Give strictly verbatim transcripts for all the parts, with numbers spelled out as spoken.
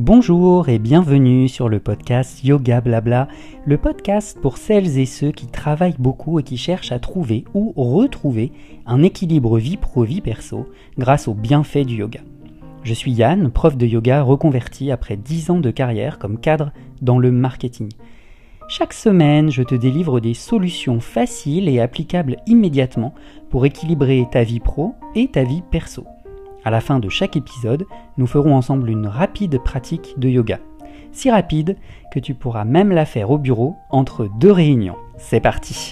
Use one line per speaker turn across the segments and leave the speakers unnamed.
Bonjour et bienvenue sur le podcast Yoga Blabla, le podcast pour celles et ceux qui travaillent beaucoup et qui cherchent à trouver ou retrouver un équilibre vie pro-vie perso grâce aux bienfaits du yoga. Je suis Yann, prof de yoga reconverti après dix ans de carrière comme cadre dans le marketing. Chaque semaine, je te délivre des solutions faciles et applicables immédiatement pour équilibrer ta vie pro et ta vie perso. À la fin de chaque épisode, nous ferons ensemble une rapide pratique de yoga. Si rapide que tu pourras même la faire au bureau entre deux réunions. C'est parti!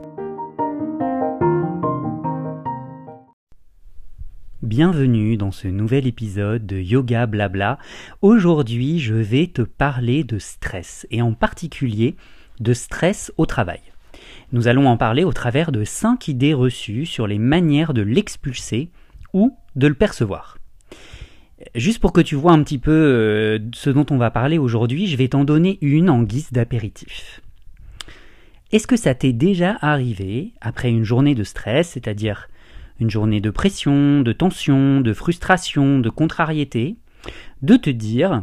Bienvenue dans ce nouvel épisode de Yoga Blabla. Aujourd'hui, je vais te parler de stress et en particulier de stress au travail. Nous allons en parler au travers de cinq idées reçues sur les manières de l'expulser ou de le percevoir. Juste pour que tu vois un petit peu euh, ce dont on va parler aujourd'hui, je vais t'en donner une en guise d'apéritif. Est-ce que ça t'est déjà arrivé, après une journée de stress, c'est-à-dire une journée de pression, de tension, de frustration, de contrariété, de te dire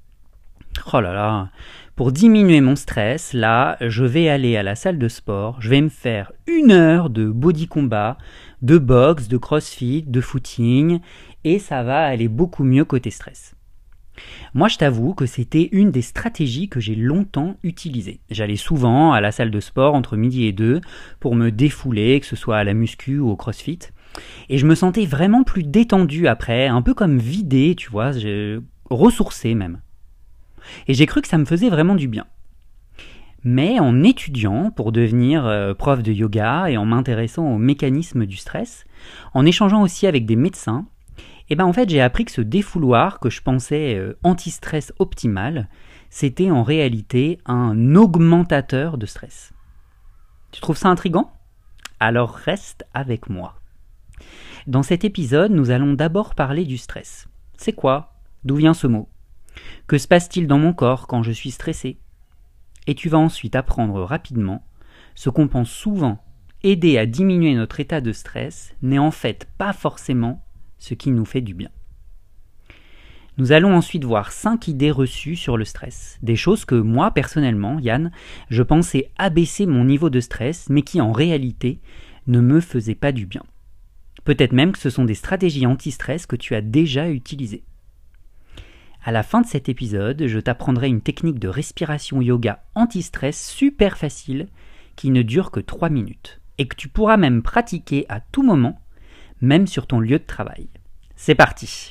« Oh là là, pour diminuer mon stress, là, je vais aller à la salle de sport, je vais me faire une heure de body combat, de boxe, de crossfit, de footing, et ça va aller beaucoup mieux côté stress. » Moi, je t'avoue que c'était une des stratégies que j'ai longtemps utilisées. J'allais souvent à la salle de sport entre midi et deux pour me défouler, que ce soit à la muscu ou au crossfit. Et je me sentais vraiment plus détendu après, un peu comme vidé, tu vois, je... ressourcé même. Et j'ai cru que ça me faisait vraiment du bien. Mais en étudiant pour devenir euh, prof de yoga et en m'intéressant aux mécanismes du stress, en échangeant aussi avec des médecins, et ben en fait j'ai appris que ce défouloir que je pensais euh, anti-stress optimal, c'était en réalité un augmentateur de stress. Tu trouves ça intriguant ? Alors reste avec moi. Dans cet épisode, nous allons d'abord parler du stress. C'est quoi ? D'où vient ce mot ? Que se passe-t-il dans mon corps quand je suis stressé ? Et tu vas ensuite apprendre rapidement ce qu'on pense souvent aider à diminuer notre état de stress n'est en fait pas forcément ce qui nous fait du bien. Nous allons ensuite voir cinq idées reçues sur le stress, des choses que moi personnellement, Yann, je pensais abaisser mon niveau de stress, mais qui en réalité ne me faisaient pas du bien. Peut-être même que ce sont des stratégies anti-stress que tu as déjà utilisées. À la fin de cet épisode, je t'apprendrai une technique de respiration yoga anti-stress super facile qui ne dure que trois minutes et que tu pourras même pratiquer à tout moment, même sur ton lieu de travail. C'est parti!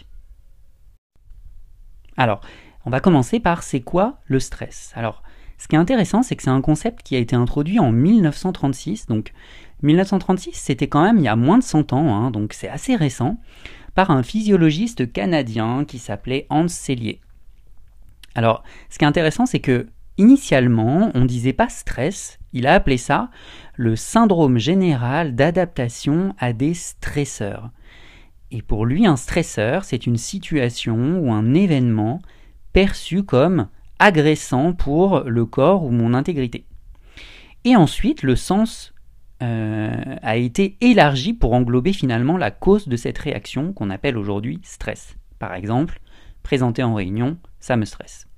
Alors, on va commencer par c'est quoi le stress? Alors, ce qui est intéressant, c'est que c'est un concept qui a été introduit en mille neuf cent trente-six, donc mille neuf cent trente-six, c'était quand même il y a moins de cent ans, hein, donc c'est assez récent, par un physiologiste canadien qui s'appelait Hans Selye. Alors, ce qui est intéressant, c'est que initialement, on ne disait pas stress, il a appelé ça le syndrome général d'adaptation à des stresseurs. Et pour lui, un stresseur, c'est une situation ou un événement perçu comme agressant pour le corps ou mon intégrité. Et ensuite, le sens euh, a été élargi pour englober finalement la cause de cette réaction qu'on appelle aujourd'hui stress. Par exemple, présenter en réunion, ça me stresse.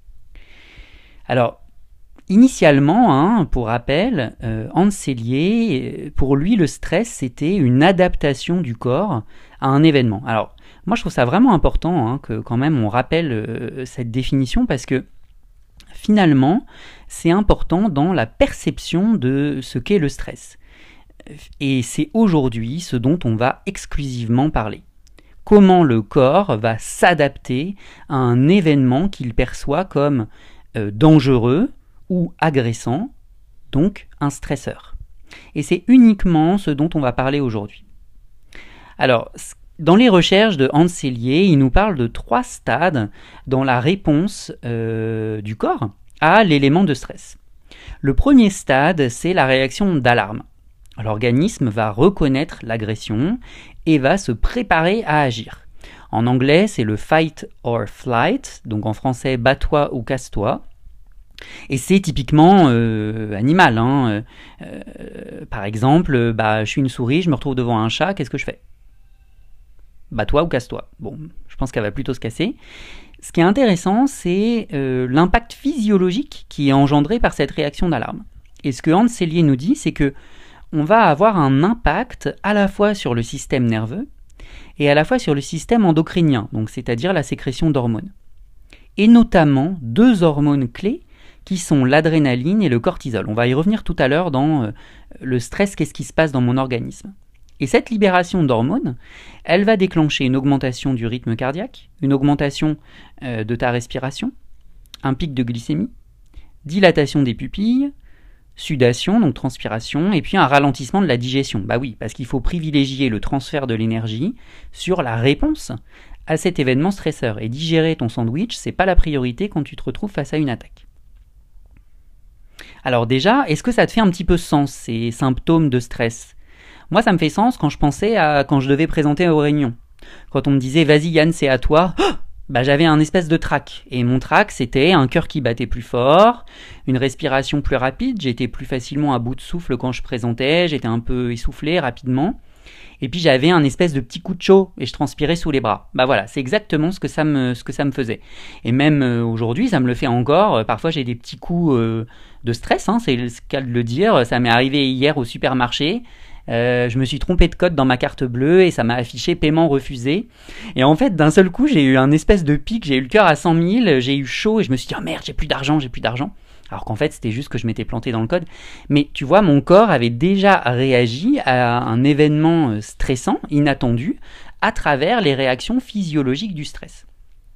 Alors, initialement, hein, pour rappel, euh, Hans Selye, pour lui, le stress, c'était une adaptation du corps à un événement. Alors, moi, je trouve ça vraiment important hein, que quand même on rappelle euh, cette définition parce que finalement, c'est important dans la perception de ce qu'est le stress. Et c'est aujourd'hui ce dont on va exclusivement parler. Comment le corps va s'adapter à un événement qu'il perçoit comme euh, dangereux ou agressant, donc un stresseur. Et c'est uniquement ce dont on va parler aujourd'hui. Alors, dans les recherches de Hans Selye, il nous parle de trois stades dans la réponse euh, du corps à l'élément de stress. Le premier stade, c'est la réaction d'alarme. L'organisme va reconnaître l'agression et va se préparer à agir. En anglais, c'est le fight or flight, donc en français, bats-toi ou casse-toi. Et c'est typiquement euh, animal. Hein. Euh, par exemple, bah, je suis une souris, je me retrouve devant un chat, qu'est-ce que je fais ? Bats-toi ou casse-toi. Bon, je pense qu'elle va plutôt se casser. Ce qui est intéressant, c'est euh, l'impact physiologique qui est engendré par cette réaction d'alarme. Et ce que Hans Selye nous dit, c'est que on va avoir un impact à la fois sur le système nerveux et à la fois sur le système endocrinien, donc c'est-à-dire la sécrétion d'hormones. Et notamment deux hormones clés qui sont l'adrénaline et le cortisol. On va y revenir tout à l'heure dans euh, le stress, qu'est-ce qui se passe dans mon organisme. Et cette libération d'hormones, elle va déclencher une augmentation du rythme cardiaque, une augmentation euh, de ta respiration, un pic de glycémie, dilatation des pupilles, sudation, donc transpiration, et puis un ralentissement de la digestion. Bah oui, parce qu'il faut privilégier le transfert de l'énergie sur la réponse à cet événement stresseur. Et digérer ton sandwich, c'est pas la priorité quand tu te retrouves face à une attaque. Alors déjà, est-ce que ça te fait un petit peu sens, ces symptômes de stress ? Moi, ça me fait sens quand je pensais à quand je devais présenter aux réunions. Quand on me disait « Vas-y Yann, c'est à toi », bah, j'avais un espèce de trac. Et mon trac, c'était un cœur qui battait plus fort, une respiration plus rapide, j'étais plus facilement à bout de souffle quand je présentais, j'étais un peu essoufflé rapidement. Et puis j'avais un espèce de petit coup de chaud et je transpirais sous les bras. Bah voilà, c'est exactement ce que ça me, ce que ça me faisait. Et même euh, aujourd'hui, ça me le fait encore. Parfois j'ai des petits coups euh, de stress, hein, c'est le cas de le dire. Ça m'est arrivé hier au supermarché. Euh, je me suis trompé de code dans ma carte bleue et ça m'a affiché paiement refusé. Et en fait, d'un seul coup, j'ai eu un espèce de pic, j'ai eu le cœur à cent mille, j'ai eu chaud et je me suis dit « Oh merde, j'ai plus d'argent, j'ai plus d'argent ». Alors qu'en fait, c'était juste que je m'étais planté dans le code. Mais tu vois, mon corps avait déjà réagi à un événement stressant, inattendu, à travers les réactions physiologiques du stress.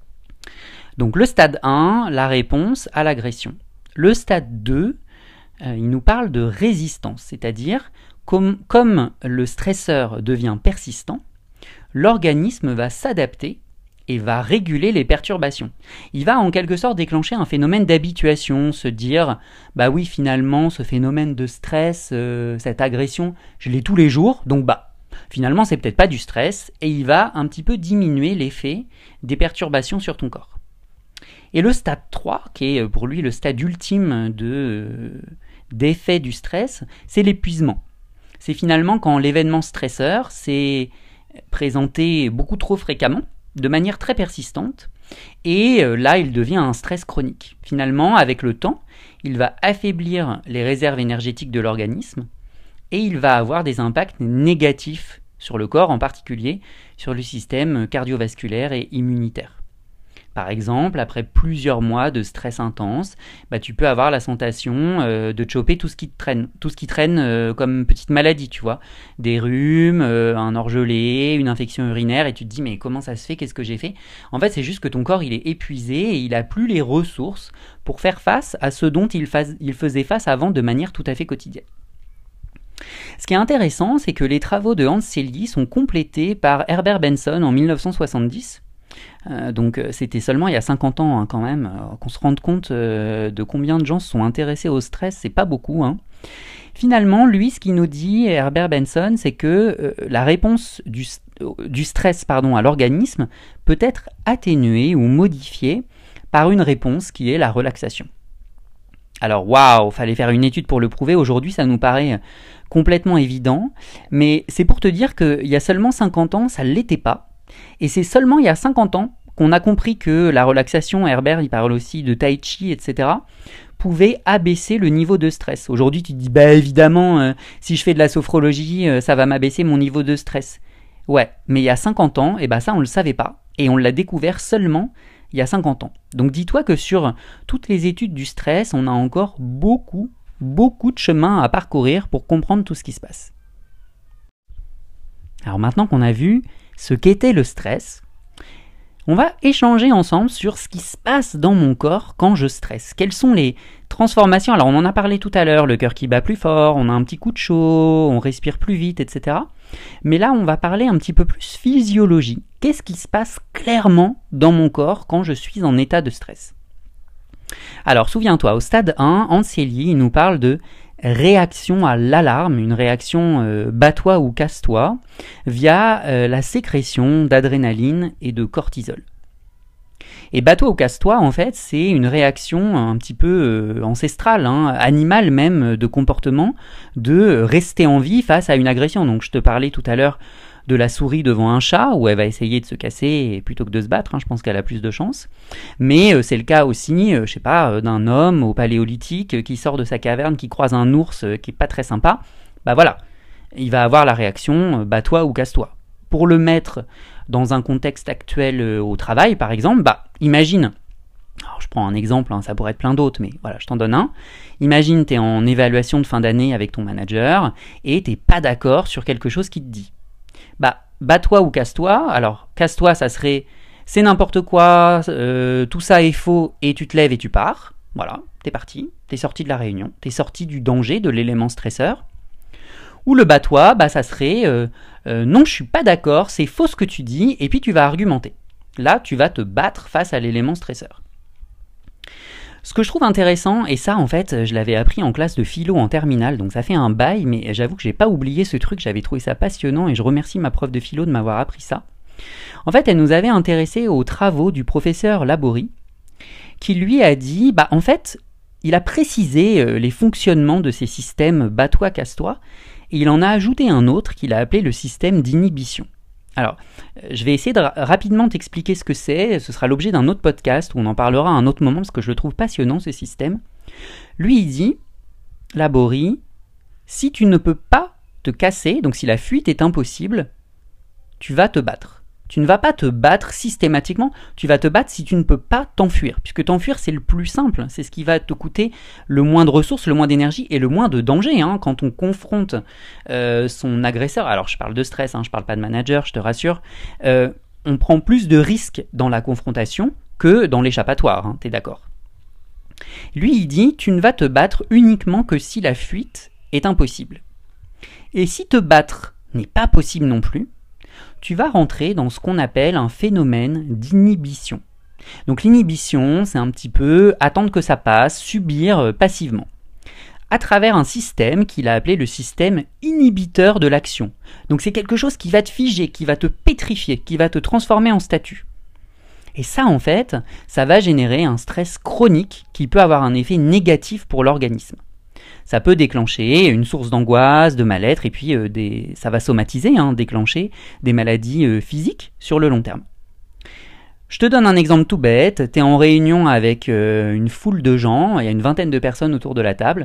Donc le stade un, la réponse à l'agression. Le stade deux, euh, il nous parle de résistance, c'est-à-dire comme, comme le stresseur devient persistant, l'organisme va s'adapter et va réguler les perturbations. Il va en quelque sorte déclencher un phénomène d'habituation, se dire « bah oui, finalement, ce phénomène de stress, euh, cette agression, je l'ai tous les jours, donc bah, finalement, c'est peut-être pas du stress », et il va un petit peu diminuer l'effet des perturbations sur ton corps. Et le stade trois, qui est pour lui le stade ultime de, d'effet du stress, c'est l'épuisement. C'est finalement quand l'événement stresseur s'est présenté beaucoup trop fréquemment, de manière très persistante, et là il devient un stress chronique. Finalement, avec le temps, il va affaiblir les réserves énergétiques de l'organisme et il va avoir des impacts négatifs sur le corps, en particulier sur le système cardiovasculaire et immunitaire. Par exemple, après plusieurs mois de stress intense, bah, tu peux avoir la sensation euh, de choper tout ce qui te traîne, tout ce qui traîne euh, comme petite maladie, tu vois, des rhumes, euh, un orgelé, une infection urinaire, et tu te dis mais comment ça se fait, qu'est-ce que j'ai fait ? En fait, c'est juste que ton corps il est épuisé et il n'a plus les ressources pour faire face à ce dont il, fas- il faisait face avant de manière tout à fait quotidienne. Ce qui est intéressant, c'est que les travaux de Hans Selye sont complétés par Herbert Benson en mille neuf cent soixante-dix. Euh, donc euh, c'était seulement il y a cinquante ans hein, quand même, euh, qu'on se rende compte euh, de combien de gens se sont intéressés au stress, c'est pas beaucoup. Hein. Finalement, lui, ce qu'il nous dit, Herbert Benson, c'est que euh, la réponse du, du stress pardon, à l'organisme peut être atténuée ou modifiée par une réponse qui est la relaxation. Alors waouh, fallait faire une étude pour le prouver, aujourd'hui ça nous paraît complètement évident, mais c'est pour te dire qu'il y a seulement cinquante ans, ça ne l'était pas. Et c'est seulement il y a cinquante ans qu'on a compris que la relaxation, Herbert il parle aussi de tai chi, et cetera, pouvait abaisser le niveau de stress. Aujourd'hui tu te dis, bah évidemment, euh, si je fais de la sophrologie, euh, ça va m'abaisser mon niveau de stress. Ouais, mais il y a cinquante ans, et bah ça on ne le savait pas, et on l'a découvert seulement il y a cinquante ans. Donc dis-toi que sur toutes les études du stress, on a encore beaucoup, beaucoup de chemin à parcourir pour comprendre tout ce qui se passe. Alors maintenant qu'on a vu ce qu'était le stress, on va échanger ensemble sur ce qui se passe dans mon corps quand je stresse. Quelles sont les transformations ? Alors on en a parlé tout à l'heure, le cœur qui bat plus fort, on a un petit coup de chaud, on respire plus vite, et cetera. Mais là on va parler un petit peu plus physiologie. Qu'est-ce qui se passe clairement dans mon corps quand je suis en état de stress ? Alors souviens-toi, au stade un, Hans Selye nous parle de réaction à l'alarme, une réaction euh, bats-toi ou casse-toi, via euh, la sécrétion d'adrénaline et de cortisol. Et bats-toi ou casse-toi, en fait, c'est une réaction un petit peu euh, ancestrale, hein, animale même, de comportement, de rester en vie face à une agression. Donc je te parlais tout à l'heure de la souris devant un chat, où elle va essayer de se casser plutôt que de se battre, hein, je pense qu'elle a plus de chance. Mais euh, c'est le cas aussi, euh, je sais pas, euh, d'un homme au paléolithique euh, qui sort de sa caverne, qui croise un ours euh, qui est pas très sympa. Bah voilà, il va avoir la réaction euh, bats-toi ou casse-toi. Pour le mettre dans un contexte actuel euh, au travail, par exemple, bah imagine. Alors, je prends un exemple, hein, ça pourrait être plein d'autres, mais voilà, je t'en donne un. Imagine, tu es en évaluation de fin d'année avec ton manager et tu n'es pas d'accord sur quelque chose qu'il te dit. Bah, bats-toi ou casse-toi. Alors, casse-toi, ça serait c'est n'importe quoi, euh, tout ça est faux, et tu te lèves et tu pars. Voilà, t'es parti, t'es sorti de la réunion, t'es sorti du danger, de l'élément stresseur. Ou le bats-toi, bah, ça serait euh, euh, non, je suis pas d'accord, c'est faux ce que tu dis, et puis tu vas argumenter. Là, tu vas te battre face à l'élément stresseur. Ce que je trouve intéressant, et ça en fait je l'avais appris en classe de philo en terminale, donc ça fait un bail, mais j'avoue que j'ai pas oublié ce truc, j'avais trouvé ça passionnant et je remercie ma prof de philo de m'avoir appris ça. En fait, elle nous avait intéressés aux travaux du professeur Laborie, qui lui a dit, bah en fait, il a précisé euh, les fonctionnements de ces systèmes bats-toi, casse-toi, et il en a ajouté un autre qu'il a appelé le système d'inhibition. Alors, je vais essayer de ra- rapidement t'expliquer ce que c'est, ce sera l'objet d'un autre podcast où on en parlera à un autre moment parce que je le trouve passionnant ce système. Lui il dit, Laborie, si tu ne peux pas te casser, donc si la fuite est impossible, tu vas te battre. Tu ne vas pas te battre systématiquement, tu vas te battre si tu ne peux pas t'enfuir, puisque t'enfuir c'est le plus simple, c'est ce qui va te coûter le moins de ressources, le moins d'énergie et le moins de danger, hein, quand on confronte euh, son agresseur. Alors je parle de stress, hein, je parle pas de manager, je te rassure, euh, on prend plus de risques dans la confrontation que dans l'échappatoire, hein, t'es d'accord. Lui il dit, tu ne vas te battre uniquement que si la fuite est impossible. Et si te battre n'est pas possible non plus, tu vas rentrer dans ce qu'on appelle un phénomène d'inhibition. Donc l'inhibition, c'est un petit peu attendre que ça passe, subir euh, passivement, à travers un système qu'il a appelé le système inhibiteur de l'action. Donc c'est quelque chose qui va te figer, qui va te pétrifier, qui va te transformer en statue. Et ça, en fait, ça va générer un stress chronique qui peut avoir un effet négatif pour l'organisme. Ça peut déclencher une source d'angoisse, de mal-être, et puis euh, des, ça va somatiser, hein, déclencher des maladies euh, physiques sur le long terme. Je te donne un exemple tout bête, tu es en réunion avec euh, une foule de gens, il y a une vingtaine de personnes autour de la table,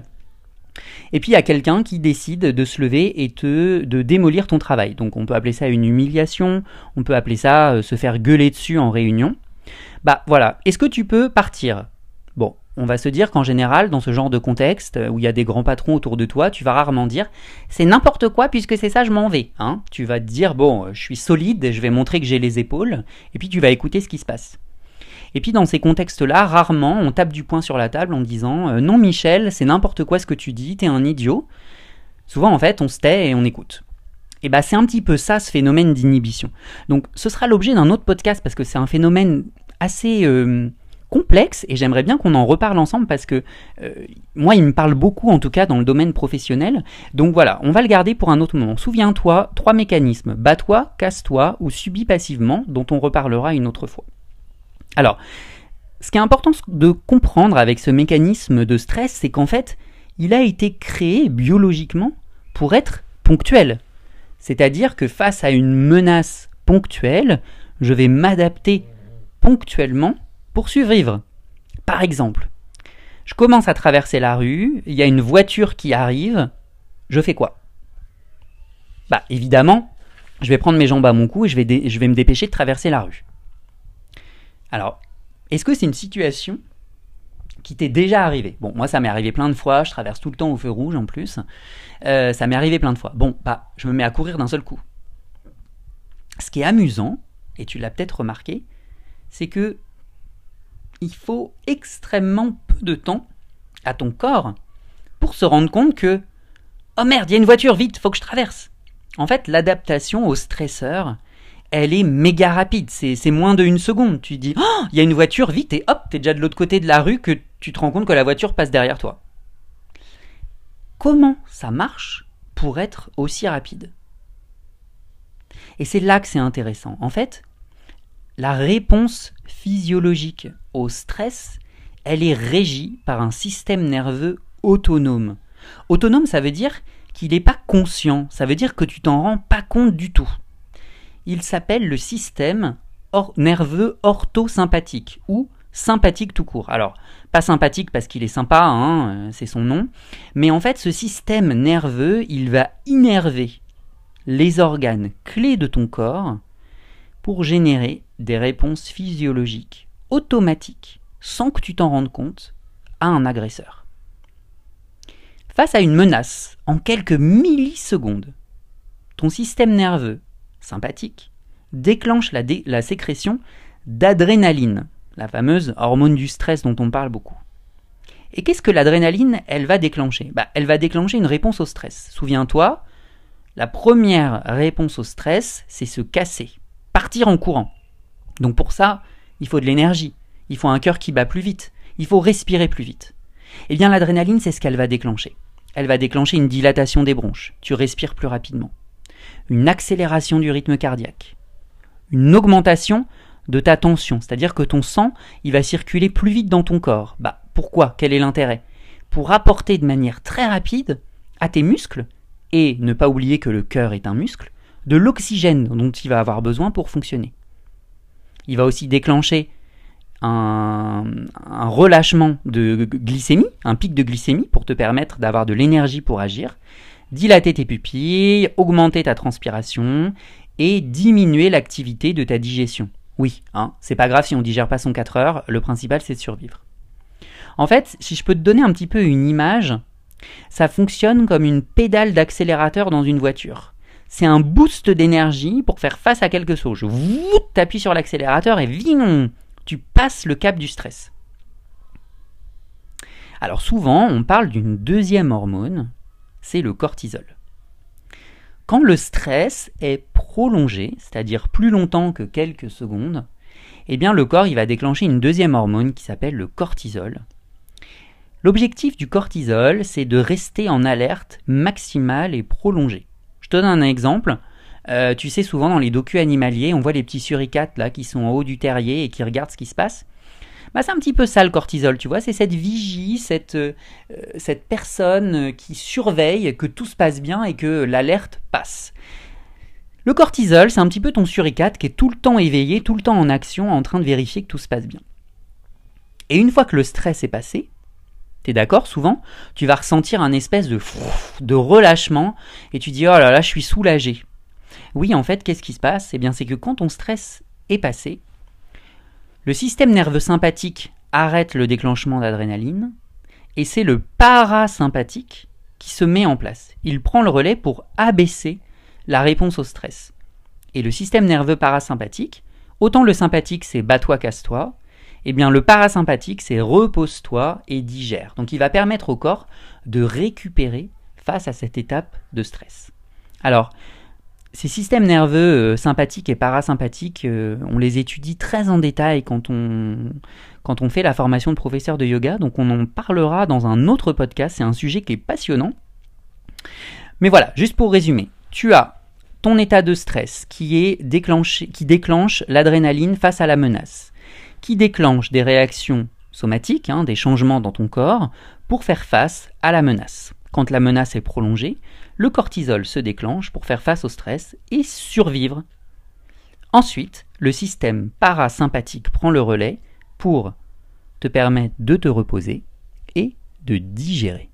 et puis il y a quelqu'un qui décide de se lever et te, de démolir ton travail. Donc on peut appeler ça une humiliation, on peut appeler ça euh, se faire gueuler dessus en réunion. Bah voilà, est-ce que tu peux partir ? Bon, on va se dire qu'en général, dans ce genre de contexte, où il y a des grands patrons autour de toi, tu vas rarement dire « c'est n'importe quoi puisque c'est ça, je m'en vais hein ». Tu vas te dire « bon, je suis solide, je vais montrer que j'ai les épaules », et puis tu vas écouter ce qui se passe. Et puis dans ces contextes-là, rarement, on tape du poing sur la table en disant euh, « non Michel, c'est n'importe quoi ce que tu dis, t'es un idiot ». Souvent, en fait, on se tait et on écoute. Et bah c'est un petit peu ça, ce phénomène d'inhibition. Donc ce sera l'objet d'un autre podcast parce que c'est un phénomène assez... Euh, complexe et j'aimerais bien qu'on en reparle ensemble parce que euh, moi il me parle beaucoup en tout cas dans le domaine professionnel, donc voilà, on va le garder pour un autre moment. Souviens-toi, trois mécanismes, bats-toi, casse-toi ou subis passivement, dont on reparlera une autre fois. Alors, ce qui est important de comprendre avec ce mécanisme de stress, c'est qu'en fait il a été créé biologiquement pour être ponctuel, c'est-à-dire que face à une menace ponctuelle, je vais m'adapter ponctuellement pour survivre. Par exemple, je commence à traverser la rue, il y a une voiture qui arrive, je fais quoi ? Bah évidemment, je vais prendre mes jambes à mon cou et je vais, dé- je vais me dépêcher de traverser la rue. Alors, est-ce que c'est une situation qui t'est déjà arrivée ? Bon, moi ça m'est arrivé plein de fois, je traverse tout le temps au feu rouge en plus, euh, ça m'est arrivé plein de fois. Bon, bah je me mets à courir d'un seul coup. Ce qui est amusant, et tu l'as peut-être remarqué, c'est que il faut extrêmement peu de temps à ton corps pour se rendre compte que « oh merde, il y a une voiture, vite, faut que je traverse !» En fait, l'adaptation au stresseur, elle est méga rapide, c'est, c'est moins de une seconde. Tu dis « oh, il y a une voiture, vite !» et hop, t'es déjà de l'autre côté de la rue que tu te rends compte que la voiture passe derrière toi. Comment ça marche pour être aussi rapide ? Et c'est là que c'est intéressant. En fait, la réponse physiologique au stress, elle est régie par un système nerveux autonome. Autonome, ça veut dire qu'il n'est pas conscient, ça veut dire que tu t'en rends pas compte du tout. il s'appelle le système or- nerveux orthosympathique ou sympathique tout court. Alors, pas sympathique parce qu'il est sympa, hein, c'est son nom, mais en fait, ce système nerveux, il va innerver les organes clés de ton corps pour générer des réponses physiologiques automatiques, sans que tu t'en rendes compte, à un agresseur. Face à une menace, en quelques millisecondes, ton système nerveux sympathique déclenche la, dé- la sécrétion d'adrénaline, la fameuse hormone du stress dont on parle beaucoup. Et qu'est-ce que l'adrénaline, elle va déclencher ? Bah, elle va déclencher une réponse au stress. Souviens-toi, la première réponse au stress, c'est se casser, partir en courant. Donc pour ça, il faut de l'énergie, il faut un cœur qui bat plus vite, il faut respirer plus vite. Eh bien l'adrénaline, c'est ce qu'elle va déclencher. Elle va déclencher une dilatation des bronches, tu respires plus rapidement, une accélération du rythme cardiaque, une augmentation de ta tension, c'est-à-dire que ton sang, il va circuler plus vite dans ton corps. Bah, pourquoi ? Quel est l'intérêt ? Pour apporter de manière très rapide à tes muscles, et ne pas oublier que le cœur est un muscle, de l'oxygène dont il va avoir besoin pour fonctionner. Il va aussi déclencher un, un relâchement de glycémie, un pic de glycémie pour te permettre d'avoir de l'énergie pour agir, dilater tes pupilles, augmenter ta transpiration et diminuer l'activité de ta digestion. Oui, hein, c'est pas grave si on digère pas son quatre heures, le principal c'est de survivre. En fait, si je peux te donner un petit peu une image, ça fonctionne comme une pédale d'accélérateur dans une voiture. C'est un boost d'énergie pour faire face à quelque chose. Vous t'appuies sur l'accélérateur et ving, tu passes le cap du stress. Alors souvent, on parle d'une deuxième hormone, c'est le cortisol. Quand le stress est prolongé, c'est-à-dire plus longtemps que quelques secondes, eh bien le corps il va déclencher une deuxième hormone qui s'appelle le cortisol. L'objectif du cortisol, c'est de rester en alerte maximale et prolongée. Je te donne un exemple. Euh, tu sais, souvent dans les docus animaliers, on voit les petits suricates là qui sont en haut du terrier et qui regardent ce qui se passe. Bah, c'est un petit peu ça le cortisol, tu vois, c'est cette vigie, cette, euh, cette personne qui surveille que tout se passe bien et que l'alerte passe. Le cortisol, c'est un petit peu ton suricate qui est tout le temps éveillé, tout le temps en action, en train de vérifier que tout se passe bien. Et une fois que le stress est passé, t'es d'accord, souvent, tu vas ressentir un espèce de, de relâchement et tu dis « Oh là là, je suis soulagé ». Oui, en fait, qu'est-ce qui se passe ? Eh bien, c'est que quand ton stress est passé, le système nerveux sympathique arrête le déclenchement d'adrénaline et c'est le parasympathique qui se met en place. Il prend le relais pour abaisser la réponse au stress. Et le système nerveux parasympathique, autant le sympathique c'est « bats-toi, casse-toi », eh bien le parasympathique c'est « repose-toi et digère ». Donc il va permettre au corps de récupérer face à cette étape de stress. Alors, ces systèmes nerveux euh, sympathiques et parasympathiques, euh, on les étudie très en détail quand on, quand on fait la formation de professeur de yoga, donc on en parlera dans un autre podcast, c'est un sujet qui est passionnant. Mais voilà, juste pour résumer, tu as ton état de stress qui, est déclenché, qui déclenche l'adrénaline face à la menace, qui déclenche des réactions somatiques, hein, des changements dans ton corps, pour faire face à la menace. Quand la menace est prolongée, le cortisol se déclenche pour faire face au stress et survivre. Ensuite, le système parasympathique prend le relais pour te permettre de te reposer et de digérer.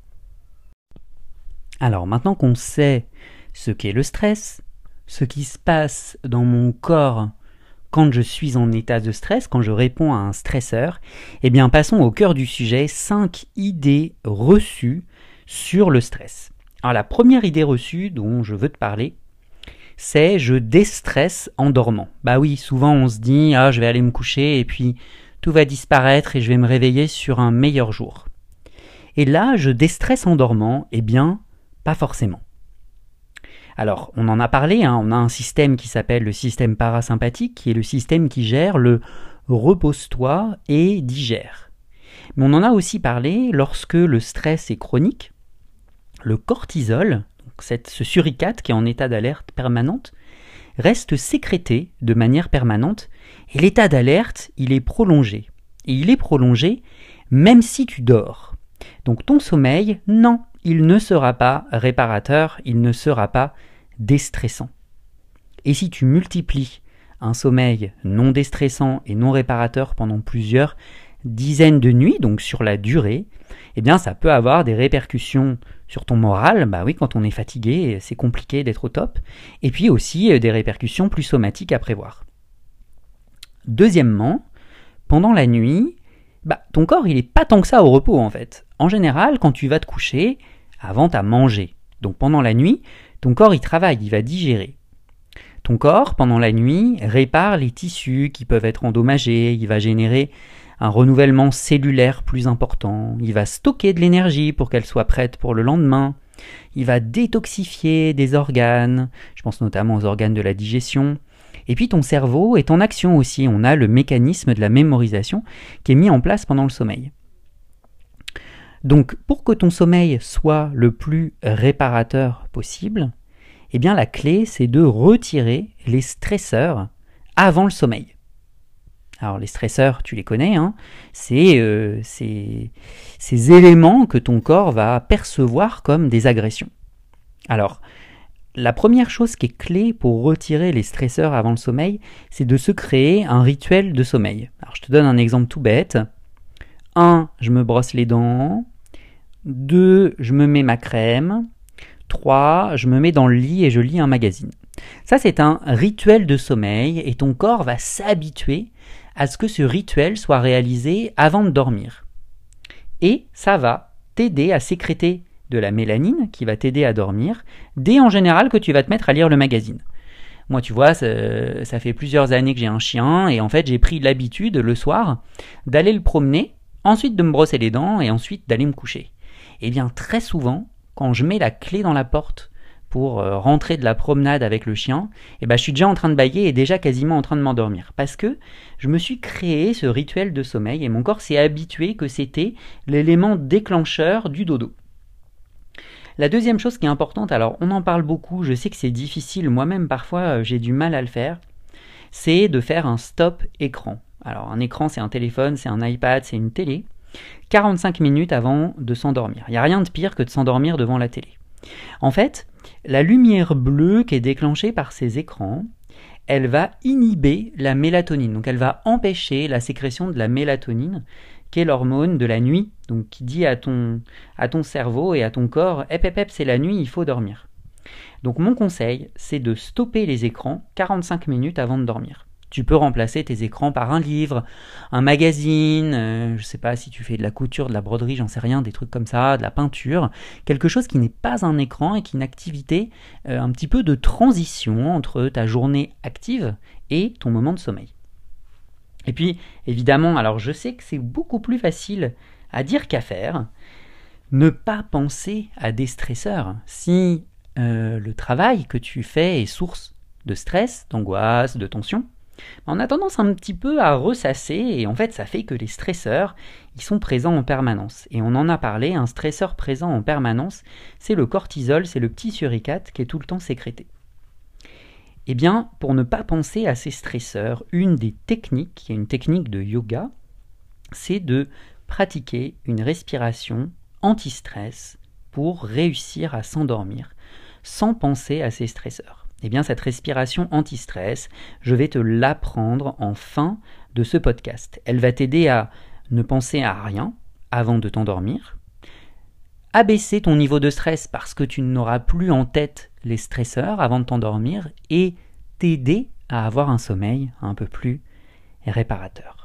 Alors maintenant qu'on sait ce qu'est le stress, ce qui se passe dans mon corps quand je suis en état de stress, quand je réponds à un stresseur, eh bien passons au cœur du sujet, cinq idées reçues sur le stress. Alors la première idée reçue dont je veux te parler, c'est je déstresse en dormant. Bah oui, souvent on se dit ah je vais aller me coucher et puis tout va disparaître et je vais me réveiller sur un meilleur jour. Et là, je déstresse en dormant, eh bien, pas forcément. Alors, on en a parlé, hein, on a un système qui s'appelle le système parasympathique, qui est le système qui gère le repose-toi et digère. Mais on en a aussi parlé lorsque le stress est chronique, le cortisol, donc cette, ce suricate qui est en état d'alerte permanente, reste sécrété de manière permanente et l'état d'alerte, il est prolongé. Et il est prolongé même si tu dors. Donc ton sommeil, non, il ne sera pas réparateur, il ne sera pas déstressant. Et si tu multiplies un sommeil non déstressant et non réparateur pendant plusieurs dizaines de nuits, donc sur la durée, eh bien ça peut avoir des répercussions sur ton moral. Bah oui, quand on est fatigué, c'est compliqué d'être au top. Et puis aussi des répercussions plus somatiques à prévoir. Deuxièmement, pendant la nuit, bah, ton corps il est pas tant que ça au repos en fait. En général, quand tu vas te coucher, avant t'as mangé. Donc pendant la nuit, ton corps il travaille, il va digérer. Ton corps, pendant la nuit, répare les tissus qui peuvent être endommagés, il va générer un renouvellement cellulaire plus important, il va stocker de l'énergie pour qu'elle soit prête pour le lendemain, il va détoxifier des organes, je pense notamment aux organes de la digestion, et puis ton cerveau est en action aussi, on a le mécanisme de la mémorisation qui est mis en place pendant le sommeil. Donc pour que ton sommeil soit le plus réparateur possible, eh bien la clé c'est de retirer les stresseurs avant le sommeil. Alors les stresseurs, tu les connais, hein, c'est euh, ces, ces éléments que ton corps va percevoir comme des agressions. Alors, la première chose qui est clé pour retirer les stresseurs avant le sommeil, c'est de se créer un rituel de sommeil. Alors je te donne un exemple tout bête. un. Je me brosse les dents. deux. Je me mets ma crème. trois. Je me mets dans le lit et je lis un magazine. Ça, c'est un rituel de sommeil et ton corps va s'habituer à ce que ce rituel soit réalisé avant de dormir. Et ça va t'aider à sécréter de la mélanine qui va t'aider à dormir dès en général que tu vas te mettre à lire le magazine. Moi, tu vois, ça, ça fait plusieurs années que j'ai un chien et en fait, j'ai pris l'habitude le soir d'aller le promener, ensuite de me brosser les dents et ensuite d'aller me coucher. Et bien, très souvent, quand je mets la clé dans la porte pour rentrer de la promenade avec le chien, et ben je suis déjà en train de bâiller et déjà quasiment en train de m'endormir. Parce que je me suis créé ce rituel de sommeil et mon corps s'est habitué que c'était l'élément déclencheur du dodo. La deuxième chose qui est importante, alors on en parle beaucoup, je sais que c'est difficile, moi-même parfois j'ai du mal à le faire, c'est de faire un stop écran. Alors un écran c'est un téléphone, c'est un iPad, c'est une télé, quarante-cinq minutes avant de s'endormir. Il n'y a rien de pire que de s'endormir devant la télé. En fait, la lumière bleue qui est déclenchée par ces écrans, elle va inhiber la mélatonine. Donc elle va empêcher la sécrétion de la mélatonine, qui est l'hormone de la nuit, donc qui dit à ton, à ton cerveau et à ton corps « Hep, hep, hep, c'est la nuit, il faut dormir ». Donc mon conseil, c'est de stopper les écrans quarante-cinq minutes avant de dormir. Tu peux remplacer tes écrans par un livre, un magazine, euh, je sais pas si tu fais de la couture, de la broderie, j'en sais rien, des trucs comme ça, de la peinture, quelque chose qui n'est pas un écran et qui est une activité euh, un petit peu de transition entre ta journée active et ton moment de sommeil. Et puis, évidemment, alors je sais que c'est beaucoup plus facile à dire qu'à faire, ne pas penser à des stresseurs. Si euh, le travail que tu fais est source de stress, d'angoisse, de tension, on a tendance un petit peu à ressasser et en fait ça fait que les stresseurs ils sont présents en permanence. Et on en a parlé, un stresseur présent en permanence, c'est le cortisol, c'est le petit suricate qui est tout le temps sécrété. Eh bien, pour ne pas penser à ces stresseurs, une des techniques, qui est une technique de yoga, c'est de pratiquer une respiration anti-stress pour réussir à s'endormir sans penser à ces stresseurs. Eh bien, cette respiration anti-stress, je vais te l'apprendre en fin de ce podcast. Elle va t'aider à ne penser à rien avant de t'endormir, abaisser ton niveau de stress parce que tu n'auras plus en tête les stresseurs avant de t'endormir et t'aider à avoir un sommeil un peu plus réparateur.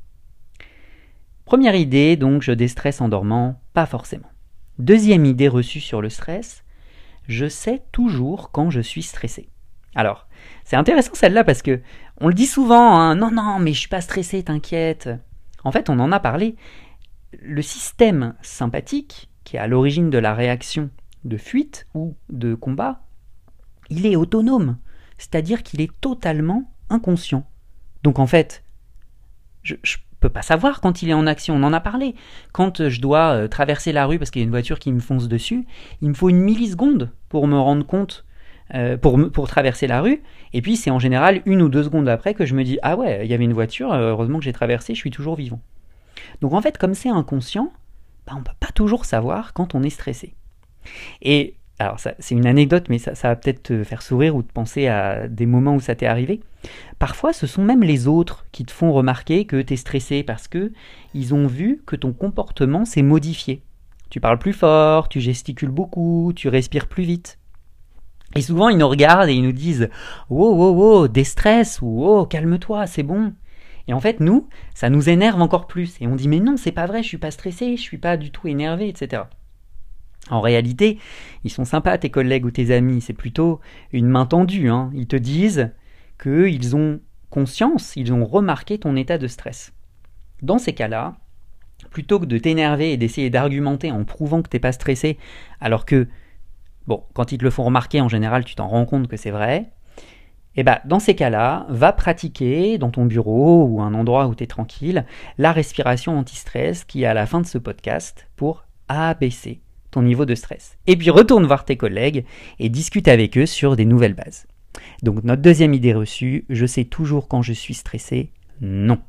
Première idée, donc, je déstresse en dormant, pas forcément. Deuxième idée reçue sur le stress, je sais toujours quand je suis stressé. Alors, c'est intéressant celle-là parce que on le dit souvent, hein, non, non, mais je suis pas stressé, t'inquiète. En fait, on en a parlé. Le système sympathique, qui est à l'origine de la réaction de fuite ou de combat, il est autonome, c'est-à-dire qu'il est totalement inconscient. Donc en fait, je, je peux pas savoir quand il est en action, on en a parlé. Quand je dois euh, traverser la rue parce qu'il y a une voiture qui me fonce dessus, il me faut une milliseconde pour me rendre compte, euh, pour, pour traverser la rue, et puis c'est en général une ou deux secondes après que je me dis « Ah ouais, il y avait une voiture, heureusement que j'ai traversé, je suis toujours vivant ». Donc en fait, comme c'est inconscient, bah, on ne peut pas toujours savoir quand on est stressé. Et alors ça, c'est une anecdote, mais ça, ça va peut-être te faire sourire ou te penser à des moments où ça t'est arrivé. Parfois, ce sont même les autres qui te font remarquer que tu es stressé parce que ils ont vu que ton comportement s'est modifié. Tu parles plus fort, tu gesticules beaucoup, tu respires plus vite. Et souvent, ils nous regardent et ils nous disent « Wow, wow, wow, des stress » ou « Oh, calme-toi, c'est bon ». Et en fait, nous, ça nous énerve encore plus. Et on dit « Mais non, c'est pas vrai, je suis pas stressé, je suis pas du tout énervé, et cetera » En réalité, ils sont sympas tes collègues ou tes amis, c'est plutôt une main tendue. Hein. Ils te disent qu'ils ont conscience, ils ont remarqué ton état de stress. Dans ces cas-là, plutôt que de t'énerver et d'essayer d'argumenter en prouvant que t'es pas stressé, alors que, bon, quand ils te le font remarquer, en général, tu t'en rends compte que c'est vrai, et ben, dans ces cas-là, va pratiquer dans ton bureau ou un endroit où tu es tranquille, la respiration anti-stress qui est à la fin de ce podcast pour abaisser ton niveau de stress. Et puis retourne voir tes collègues et discute avec eux sur des nouvelles bases. Donc notre deuxième idée reçue, je sais toujours quand je suis stressé, non.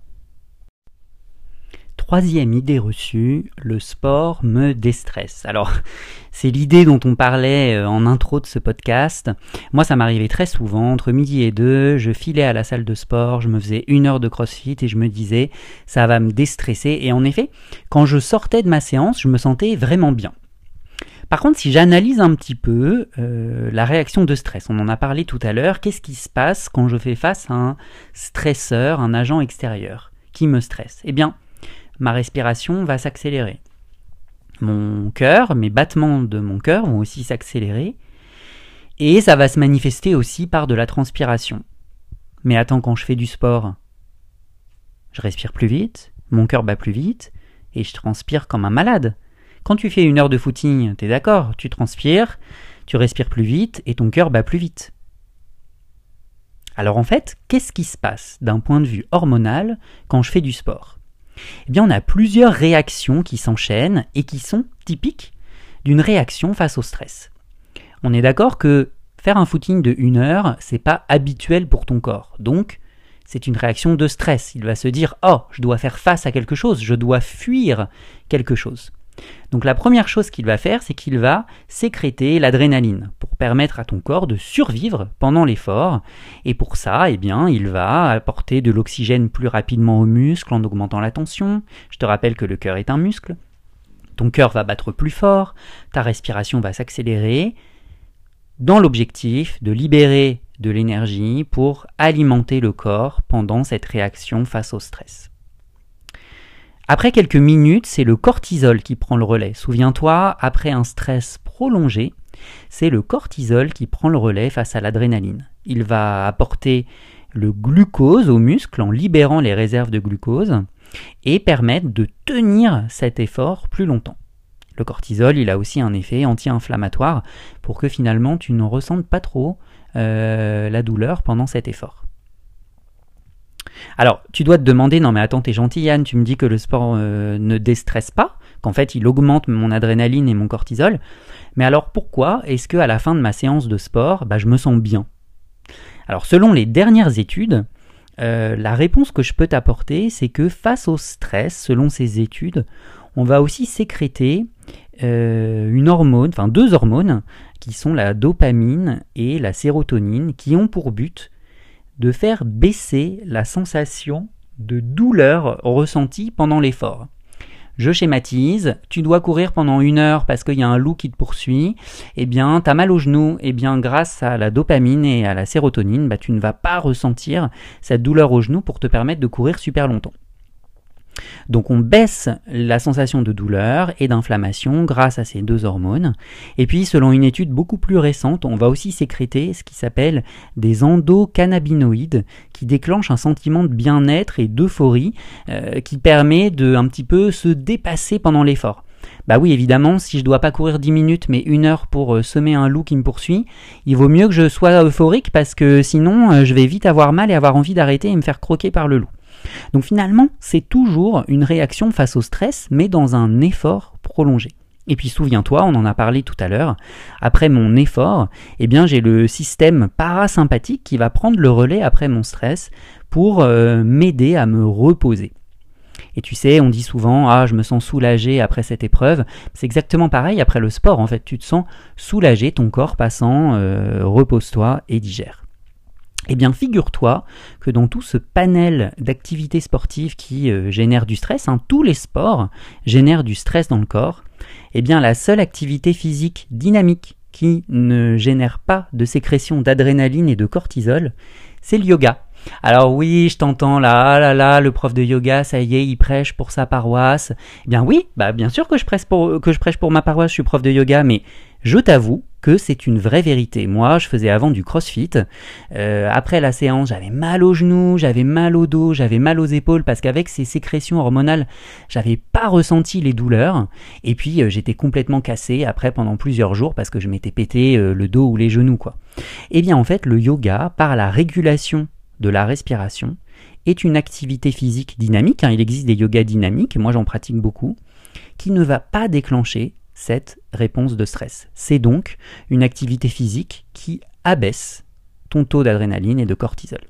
Troisième idée reçue, le sport me déstresse. Alors, c'est l'idée dont on parlait en intro de ce podcast. Moi, ça m'arrivait très souvent, entre midi et deux, je filais à la salle de sport, je me faisais une heure de crossfit et je me disais, ça va me déstresser. Et en effet, quand je sortais de ma séance, je me sentais vraiment bien. Par contre, si j'analyse un petit peu euh, la réaction de stress, on en a parlé tout à l'heure, qu'est-ce qui se passe quand je fais face à un stresseur, un agent extérieur qui me stresse ? Eh bien, ma respiration va s'accélérer. Mon cœur, mes battements de mon cœur vont aussi s'accélérer et ça va se manifester aussi par de la transpiration. Mais attends, quand je fais du sport, je respire plus vite, mon cœur bat plus vite et je transpire comme un malade. Quand tu fais une heure de footing, t'es d'accord, tu transpires, tu respires plus vite et ton cœur bat plus vite. Alors en fait, qu'est-ce qui se passe d'un point de vue hormonal quand je fais du sport ? Eh bien, on a plusieurs réactions qui s'enchaînent et qui sont typiques d'une réaction face au stress. On est d'accord que faire un footing de une heure, c'est pas habituel pour ton corps. Donc, c'est une réaction de stress. Il va se dire « Oh, je dois faire face à quelque chose, je dois fuir quelque chose ». Donc la première chose qu'il va faire, c'est qu'il va sécréter l'adrénaline pour permettre à ton corps de survivre pendant l'effort. Et pour ça, eh bien, il va apporter de l'oxygène plus rapidement aux muscles en augmentant la tension. Je te rappelle que le cœur est un muscle. Ton cœur va battre plus fort, ta respiration va s'accélérer, dans l'objectif de libérer de l'énergie pour alimenter le corps pendant cette réaction face au stress. Après quelques minutes, c'est le cortisol qui prend le relais. Souviens-toi, après un stress prolongé, c'est le cortisol qui prend le relais face à l'adrénaline. Il va apporter le glucose aux muscles en libérant les réserves de glucose et permettre de tenir cet effort plus longtemps. Le cortisol, il a aussi un effet anti-inflammatoire pour que finalement tu ne ressentes pas trop euh, la douleur pendant cet effort. Alors, tu dois te demander, non mais attends, t'es gentil Yann, tu me dis que le sport euh, ne déstresse pas, qu'en fait il augmente mon adrénaline et mon cortisol, mais alors pourquoi est-ce qu'à la fin de ma séance de sport, bah, je me sens bien ? Alors selon les dernières études, euh, la réponse que je peux t'apporter, c'est que face au stress, selon ces études, on va aussi sécréter euh, une hormone, enfin deux hormones, qui sont la dopamine et la sérotonine, qui ont pour but de faire baisser la sensation de douleur ressentie pendant l'effort. Je schématise, tu dois courir pendant une heure parce qu'il y a un loup qui te poursuit, eh bien, tu as mal au genou, eh bien, grâce à la dopamine et à la sérotonine, bah, tu ne vas pas ressentir cette douleur au genou pour te permettre de courir super longtemps. Donc on baisse la sensation de douleur et d'inflammation grâce à ces deux hormones. Et puis selon une étude beaucoup plus récente, on va aussi sécréter ce qui s'appelle des endocannabinoïdes qui déclenchent un sentiment de bien-être et d'euphorie euh, qui permet de un petit peu se dépasser pendant l'effort. Bah oui, évidemment, si je dois pas courir dix minutes mais une heure pour euh, semer un loup qui me poursuit, il vaut mieux que je sois euphorique parce que sinon euh, je vais vite avoir mal et avoir envie d'arrêter et me faire croquer par le loup. Donc finalement, c'est toujours une réaction face au stress, mais dans un effort prolongé. Et puis souviens-toi, on en a parlé tout à l'heure, après mon effort, eh bien j'ai le système parasympathique qui va prendre le relais après mon stress pour euh, m'aider à me reposer. Et tu sais, on dit souvent « Ah, je me sens soulagé après cette épreuve ». C'est exactement pareil après le sport, en fait. Tu te sens soulagé, ton corps passant, euh, repose-toi et digère. Eh bien, figure-toi que dans tout ce panel d'activités sportives qui euh, génèrent du stress, hein, tous les sports génèrent du stress dans le corps, eh bien, la seule activité physique dynamique qui ne génère pas de sécrétion d'adrénaline et de cortisol, c'est le yoga. Alors oui, je t'entends là, ah là là, le prof de yoga, ça y est, il prêche pour sa paroisse. Eh bien oui, bah bien sûr que je prêche pour, que je prêche pour ma paroisse, je suis prof de yoga, mais je t'avoue que c'est une vraie vérité. Moi, je faisais avant du crossfit. Euh, après la séance, j'avais mal aux genoux, j'avais mal au dos, j'avais mal aux épaules parce qu'avec ces sécrétions hormonales, j'avais pas ressenti les douleurs. Et puis, euh, j'étais complètement cassé après pendant plusieurs jours parce que je m'étais pété euh, le dos ou les genoux, quoi. Eh bien, en fait, le yoga, par la régulation de la respiration, est une activité physique dynamique. Hein, il existe des yogas dynamiques, moi j'en pratique beaucoup, qui ne va pas déclencher cette réponse de stress. C'est donc une activité physique qui abaisse ton taux d'adrénaline et de cortisol.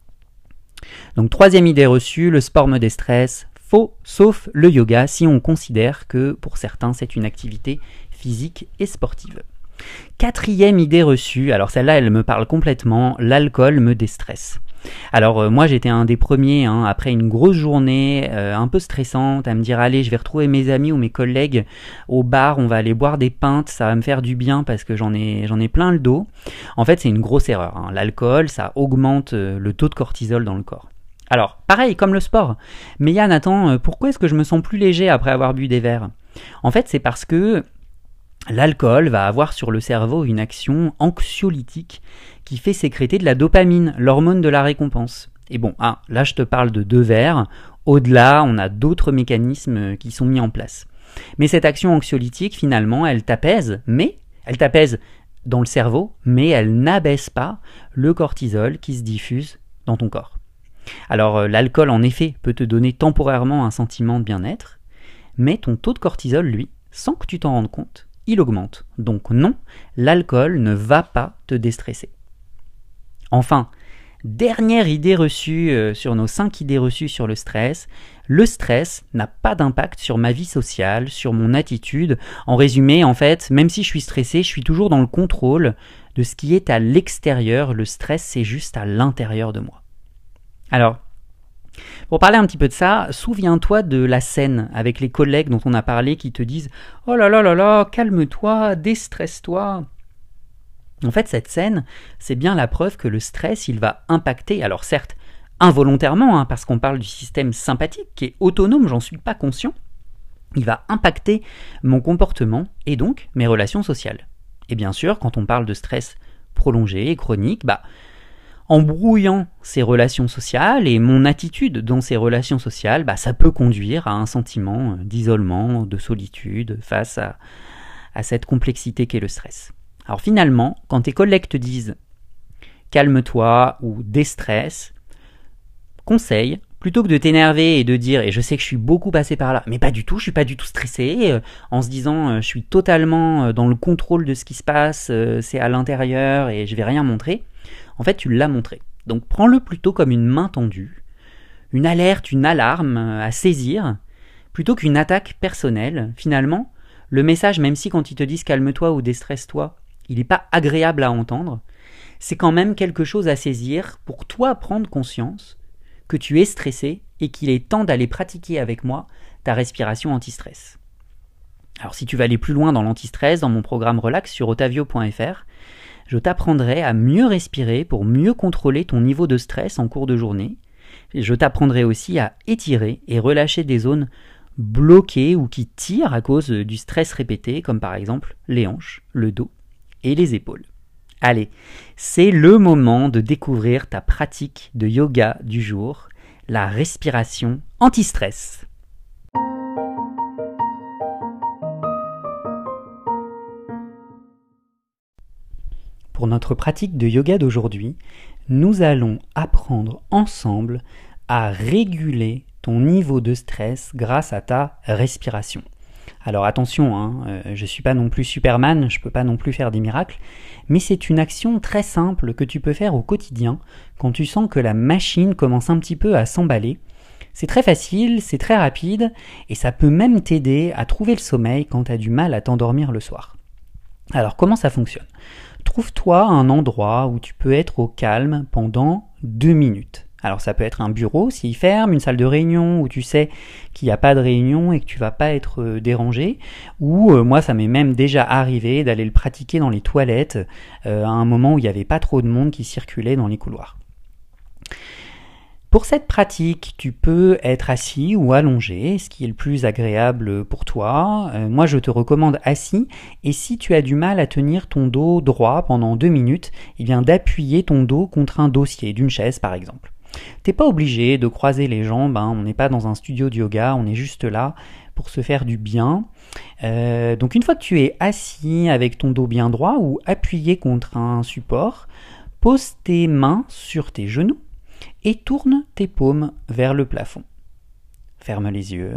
Donc troisième idée reçue, le sport me déstresse, faux, sauf le yoga si on considère que pour certains c'est une activité physique et sportive. Quatrième idée reçue, alors celle-là elle me parle complètement, l'alcool me déstresse. Alors euh, moi j'étais un des premiers, hein, après une grosse journée euh, un peu stressante, à me dire allez je vais retrouver mes amis ou mes collègues au bar, on va aller boire des pintes, ça va me faire du bien parce que j'en ai, j'en ai plein le dos. En fait c'est une grosse erreur, hein. L'alcool ça augmente euh, le taux de cortisol dans le corps. Alors pareil comme le sport, mais Yann attends, euh, pourquoi est-ce que je me sens plus léger après avoir bu des verres? En fait c'est parce que l'alcool va avoir sur le cerveau une action anxiolytique qui fait sécréter de la dopamine, l'hormone de la récompense. Et bon, ah, là je te parle de deux verres, au-delà on a d'autres mécanismes qui sont mis en place. Mais cette action anxiolytique finalement elle t'apaise, mais elle t'apaise dans le cerveau, mais elle n'abaisse pas le cortisol qui se diffuse dans ton corps. Alors l'alcool en effet peut te donner temporairement un sentiment de bien-être, mais ton taux de cortisol lui, sans que tu t'en rendes compte, il augmente. Donc non, l'alcool ne va pas te déstresser. Enfin, dernière idée reçue euh, sur nos cinq idées reçues sur le stress, le stress n'a pas d'impact sur ma vie sociale, sur mon attitude. En résumé, en fait, même si je suis stressé, je suis toujours dans le contrôle de ce qui est à l'extérieur. Le stress, c'est juste à l'intérieur de moi. Alors, pour parler un petit peu de ça, souviens-toi de la scène avec les collègues dont on a parlé qui te disent « Oh là là là là, calme-toi, déstresse-toi ». En fait, cette scène, c'est bien la preuve que le stress, il va impacter, alors certes, involontairement, hein, parce qu'on parle du système sympathique qui est autonome, j'en suis pas conscient, il va impacter mon comportement et donc mes relations sociales. Et bien sûr, quand on parle de stress prolongé et chronique, bah, en brouillant ces relations sociales et mon attitude dans ces relations sociales, bah, ça peut conduire à un sentiment d'isolement, de solitude face à, à cette complexité qu'est le stress. Alors finalement, quand tes collègues te disent « calme-toi » ou « déstresse », conseil, plutôt que de t'énerver et de dire « et je sais que je suis beaucoup passé par là, mais pas du tout, je suis pas du tout stressé euh, », en se disant euh, « je suis totalement dans le contrôle de ce qui se passe, euh, c'est à l'intérieur et je vais rien montrer », en fait tu l'as montré. Donc prends-le plutôt comme une main tendue, une alerte, une alarme à saisir, plutôt qu'une attaque personnelle. Finalement, le message, même si quand ils te disent « calme-toi » ou « déstresse-toi », il n'est pas agréable à entendre, c'est quand même quelque chose à saisir pour toi prendre conscience que tu es stressé et qu'il est temps d'aller pratiquer avec moi ta respiration anti-stress. Alors si tu veux aller plus loin dans l'anti-stress, dans mon programme Relax sur otavio point f r, je t'apprendrai à mieux respirer pour mieux contrôler ton niveau de stress en cours de journée. Je t'apprendrai aussi à étirer et relâcher des zones bloquées ou qui tirent à cause du stress répété, comme par exemple les hanches, le dos et les épaules. Allez, c'est le moment de découvrir ta pratique de yoga du jour, la respiration anti-stress. Pour notre pratique de yoga d'aujourd'hui, nous allons apprendre ensemble à réguler ton niveau de stress grâce à ta respiration. Alors attention, hein, euh, je ne suis pas non plus Superman, je ne peux pas non plus faire des miracles, mais c'est une action très simple que tu peux faire au quotidien quand tu sens que la machine commence un petit peu à s'emballer. C'est très facile, c'est très rapide, et ça peut même t'aider à trouver le sommeil quand tu as du mal à t'endormir le soir. Alors comment ça fonctionne ? Trouve-toi un endroit où tu peux être au calme pendant deux minutes. Alors ça peut être un bureau s'il ferme, une salle de réunion où tu sais qu'il n'y a pas de réunion et que tu vas pas être dérangé, ou euh, moi ça m'est même déjà arrivé d'aller le pratiquer dans les toilettes euh, à un moment où il n'y avait pas trop de monde qui circulait dans les couloirs. Pour cette pratique, tu peux être assis ou allongé, ce qui est le plus agréable pour toi. Euh, moi, je te recommande assis, et si tu as du mal à tenir ton dos droit pendant deux minutes, eh bien d'appuyer ton dos contre un dossier d'une chaise par exemple. T'es pas obligé de croiser les jambes, hein, on n'est pas dans un studio de yoga, on est juste là pour se faire du bien. Euh, donc une fois que tu es assis avec ton dos bien droit ou appuyé contre un support, pose tes mains sur tes genoux et tourne tes paumes vers le plafond. Ferme les yeux.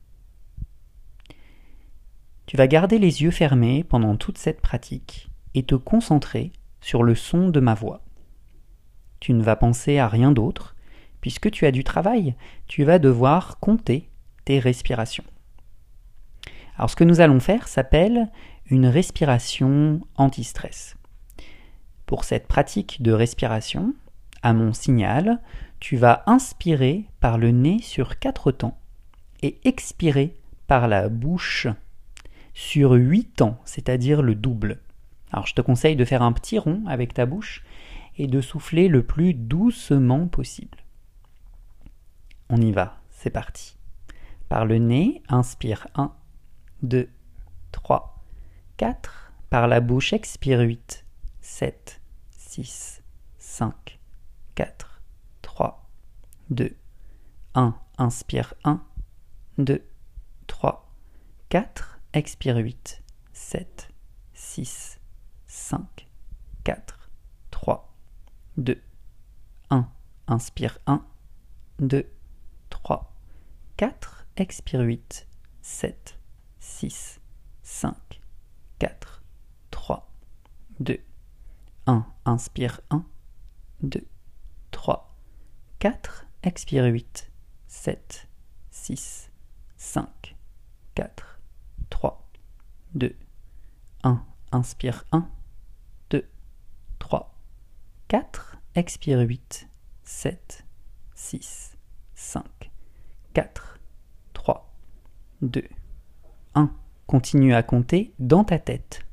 Tu vas garder les yeux fermés pendant toute cette pratique et te concentrer sur le son de ma voix. Tu ne vas penser à rien d'autre, puisque tu as du travail, tu vas devoir compter tes respirations. Alors ce que nous allons faire s'appelle une respiration anti-stress. Pour cette pratique de respiration, à mon signal, tu vas inspirer par le nez sur quatre temps et expirer par la bouche sur huit temps, c'est-à-dire le double. Alors je te conseille de faire un petit rond avec ta bouche et de souffler le plus doucement possible. On y va, c'est parti. Par le nez, inspire un, deux, trois, quatre. Par la bouche, expire huit, sept, six, cinq, quatre, trois, deux, un. Inspire un, deux, trois, quatre. Expire huit, sept, six, cinq, quatre, trois, deux, un. Inspire un, deux, trois, quatre. Expire huit, sept, six, cinq, quatre, trois, deux, un. Inspire un, deux, trois, quatre. Expire huit, sept, six, cinq, quatre, trois, deux, un. Inspire un, deux, trois, quatre. Expire huit, sept, six, cinq, quatre, trois, deux, un. Continue à compter dans ta tête.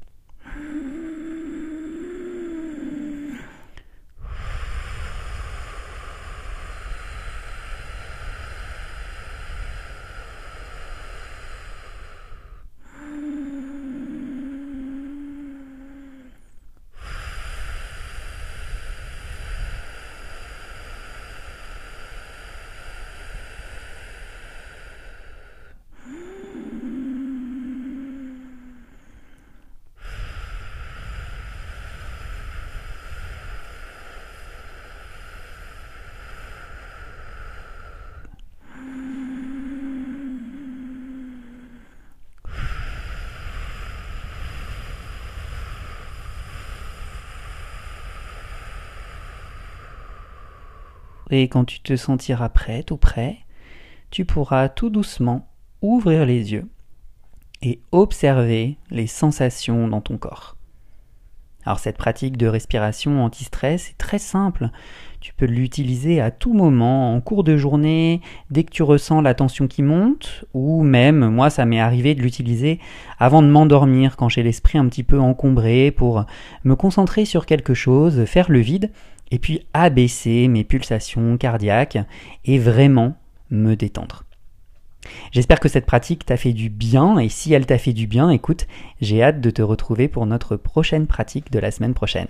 Et quand tu te sentiras prête ou prêt, tu pourras tout doucement ouvrir les yeux et observer les sensations dans ton corps. Alors cette pratique de respiration anti-stress est très simple. Tu peux l'utiliser à tout moment, en cours de journée, dès que tu ressens la tension qui monte, ou même, moi ça m'est arrivé de l'utiliser avant de m'endormir, quand j'ai l'esprit un petit peu encombré, pour me concentrer sur quelque chose, faire le vide, et puis abaisser mes pulsations cardiaques et vraiment me détendre. J'espère que cette pratique t'a fait du bien, et si elle t'a fait du bien, écoute, j'ai hâte de te retrouver pour notre prochaine pratique de la semaine prochaine.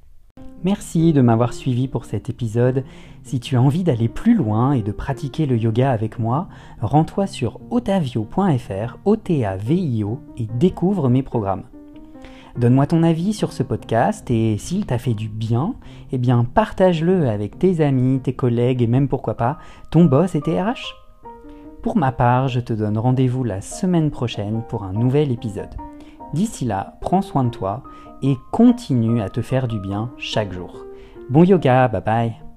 Merci de m'avoir suivi pour cet épisode. Si tu as envie d'aller plus loin et de pratiquer le yoga avec moi, rends-toi sur otavio point f r, O T A V I O, et découvre mes programmes. Donne-moi ton avis sur ce podcast, et s'il t'a fait du bien, eh bien partage-le avec tes amis, tes collègues et même pourquoi pas ton boss et tes R H. Pour ma part, je te donne rendez-vous la semaine prochaine pour un nouvel épisode. D'ici là, prends soin de toi et continue à te faire du bien chaque jour. Bon yoga, bye bye.